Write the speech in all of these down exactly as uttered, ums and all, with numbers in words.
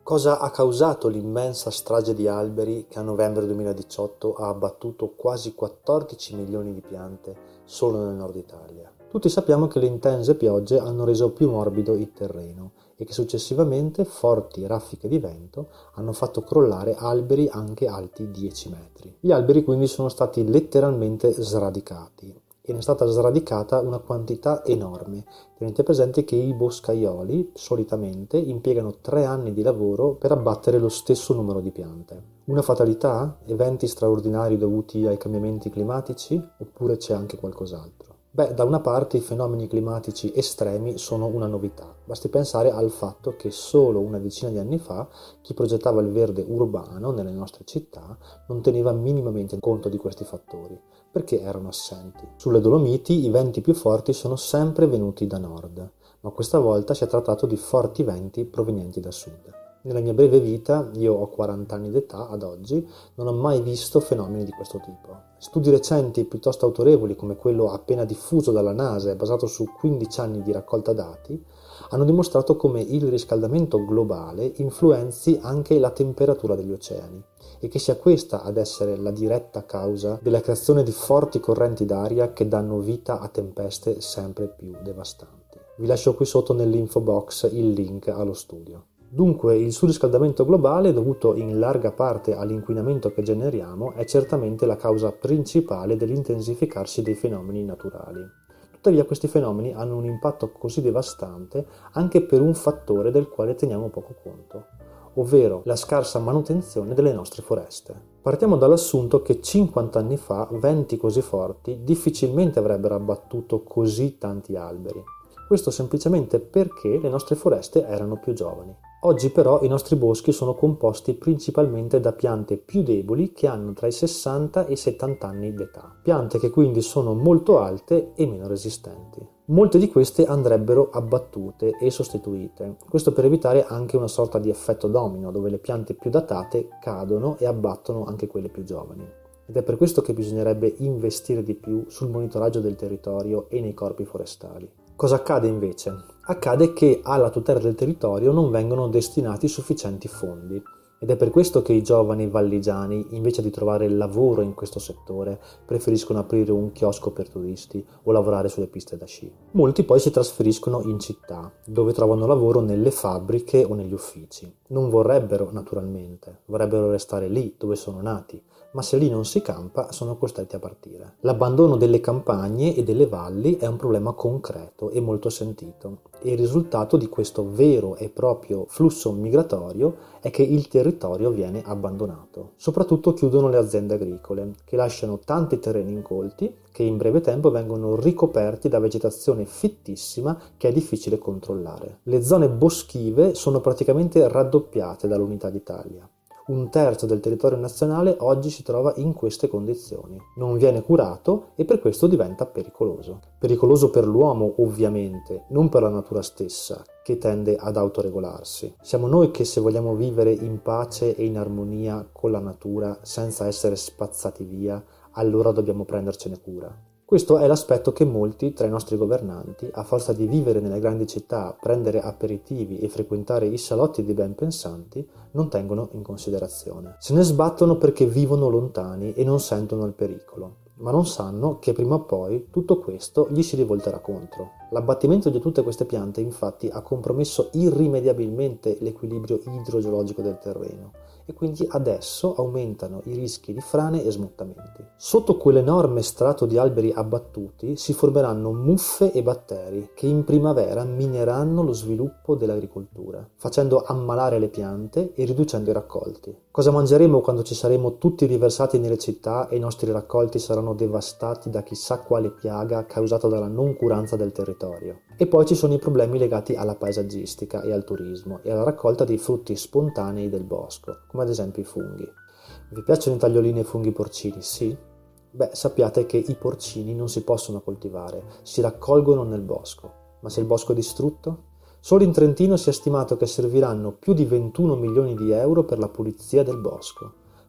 Cosa ha causato l'immensa strage di alberi che a novembre duemiladiciotto ha abbattuto quasi quattordici milioni di piante solo nel nord Italia? Tutti sappiamo che le intense piogge hanno reso più morbido il terreno e che successivamente forti raffiche di vento hanno fatto crollare alberi anche alti dieci metri. Gli alberi quindi sono stati letteralmente sradicati e ne è stata sradicata una quantità enorme. Tenete presente che i boscaioli solitamente impiegano tre anni di lavoro per abbattere lo stesso numero di piante. Una fatalità? Eventi straordinari dovuti ai cambiamenti climatici? Oppure c'è anche qualcos'altro? Beh, da una parte i fenomeni climatici estremi sono una novità. Basti pensare al fatto che solo una decina di anni fa chi progettava il verde urbano nelle nostre città non teneva minimamente conto di questi fattori, perché erano assenti. Sulle Dolomiti i venti più forti sono sempre venuti da nord, ma questa volta si è trattato di forti venti provenienti da sud. Nella mia breve vita, io ho quaranta anni d'età ad oggi, non ho mai visto fenomeni di questo tipo. Studi recenti piuttosto autorevoli, come quello appena diffuso dalla NASA e basato su quindici anni di raccolta dati, hanno dimostrato come il riscaldamento globale influenzi anche la temperatura degli oceani e che sia questa ad essere la diretta causa della creazione di forti correnti d'aria che danno vita a tempeste sempre più devastanti. Vi lascio qui sotto nell'info box il link allo studio. Dunque, il surriscaldamento globale, dovuto in larga parte all'inquinamento che generiamo, è certamente la causa principale dell'intensificarsi dei fenomeni naturali. Tuttavia, questi fenomeni hanno un impatto così devastante anche per un fattore del quale teniamo poco conto, ovvero la scarsa manutenzione delle nostre foreste. Partiamo dall'assunto che cinquanta anni fa venti così forti difficilmente avrebbero abbattuto così tanti alberi. Questo semplicemente perché le nostre foreste erano più giovani. Oggi però i nostri boschi sono composti principalmente da piante più deboli che hanno tra i sessanta e i settanta anni d'età. Piante che quindi sono molto alte e meno resistenti. Molte di queste andrebbero abbattute e sostituite, questo per evitare anche una sorta di effetto domino, dove le piante più datate cadono e abbattono anche quelle più giovani. Ed è per questo che bisognerebbe investire di più sul monitoraggio del territorio e nei corpi forestali. Cosa accade invece? Accade che alla tutela del territorio non vengono destinati sufficienti fondi ed è per questo che i giovani valligiani, invece di trovare lavoro in questo settore, preferiscono aprire un chiosco per turisti o lavorare sulle piste da sci. Molti poi si trasferiscono in città, dove trovano lavoro nelle fabbriche o negli uffici. Non vorrebbero, naturalmente, vorrebbero restare lì dove sono nati, ma se lì non si campa sono costretti a partire. L'abbandono delle campagne e delle valli è un problema concreto e molto sentito e il risultato di questo vero e proprio flusso migratorio è che il territorio viene abbandonato. Soprattutto chiudono le aziende agricole, che lasciano tanti terreni incolti che in breve tempo vengono ricoperti da vegetazione fittissima che è difficile controllare. Le zone boschive sono praticamente raddoppiate dall'Unità d'Italia. Un terzo del territorio nazionale oggi si trova in queste condizioni. Non viene curato e per questo diventa pericoloso. Pericoloso per l'uomo, ovviamente, non per la natura stessa, che tende ad autoregolarsi. Siamo noi che, se vogliamo vivere in pace e in armonia con la natura senza essere spazzati via, allora dobbiamo prendercene cura. Questo è l'aspetto che molti tra i nostri governanti, a forza di vivere nelle grandi città, prendere aperitivi e frequentare i salotti dei ben pensanti, non tengono in considerazione. Se ne sbattono perché vivono lontani e non sentono il pericolo, ma non sanno che prima o poi tutto questo gli si rivolterà contro. L'abbattimento di tutte queste piante, infatti, ha compromesso irrimediabilmente l'equilibrio idrogeologico del terreno e quindi adesso aumentano i rischi di frane e smottamenti. Sotto quell'enorme strato di alberi abbattuti si formeranno muffe e batteri che in primavera mineranno lo sviluppo dell'agricoltura, facendo ammalare le piante e riducendo i raccolti. Cosa mangeremo quando ci saremo tutti riversati nelle città e i nostri raccolti saranno devastati da chissà quale piaga causata dalla noncuranza del territorio? E poi ci sono i problemi legati alla paesaggistica e al turismo e alla raccolta dei frutti spontanei del bosco, come ad esempio i funghi. Vi piacciono i tagliolini e funghi porcini? Sì? Beh, sappiate che i porcini non si possono coltivare, si raccolgono nel bosco. Ma se il bosco è distrutto? Solo in Trentino si è stimato che serviranno più di ventuno milioni di euro per la pulizia del bosco.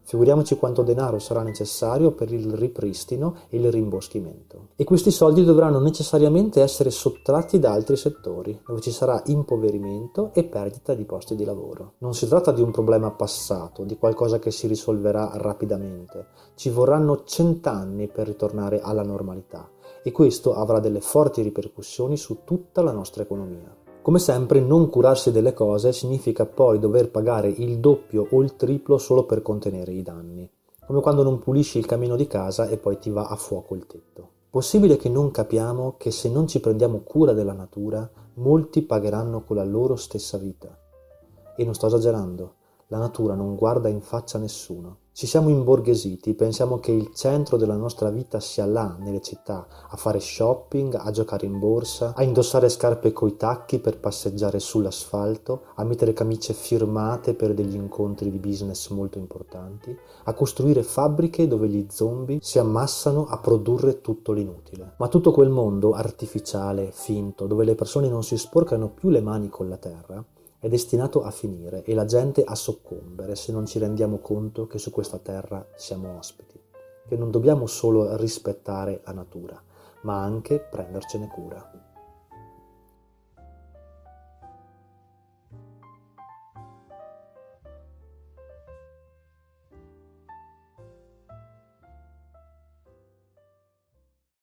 Figuriamoci quanto denaro sarà necessario per il ripristino e il rimboschimento. E questi soldi dovranno necessariamente essere sottratti da altri settori, dove ci sarà impoverimento e perdita di posti di lavoro. Non si tratta di un problema passato, di qualcosa che si risolverà rapidamente. Ci vorranno cent'anni per ritornare alla normalità e questo avrà delle forti ripercussioni su tutta la nostra economia. Come sempre, non curarsi delle cose significa poi dover pagare il doppio o il triplo solo per contenere i danni, come quando non pulisci il camino di casa e poi ti va a fuoco il tetto. Possibile che non capiamo che se non ci prendiamo cura della natura, molti pagheranno con la loro stessa vita? E non sto esagerando, la natura non guarda in faccia a nessuno. Ci siamo imborghesiti, pensiamo che il centro della nostra vita sia là, nelle città, a fare shopping, a giocare in borsa, a indossare scarpe coi tacchi per passeggiare sull'asfalto, a mettere camicie firmate per degli incontri di business molto importanti, a costruire fabbriche dove gli zombie si ammassano a produrre tutto l'inutile. Ma tutto quel mondo artificiale, finto, dove le persone non si sporcano più le mani con la terra, è destinato a finire e la gente a soccombere se non ci rendiamo conto che su questa terra siamo ospiti, che non dobbiamo solo rispettare la natura, ma anche prendercene cura.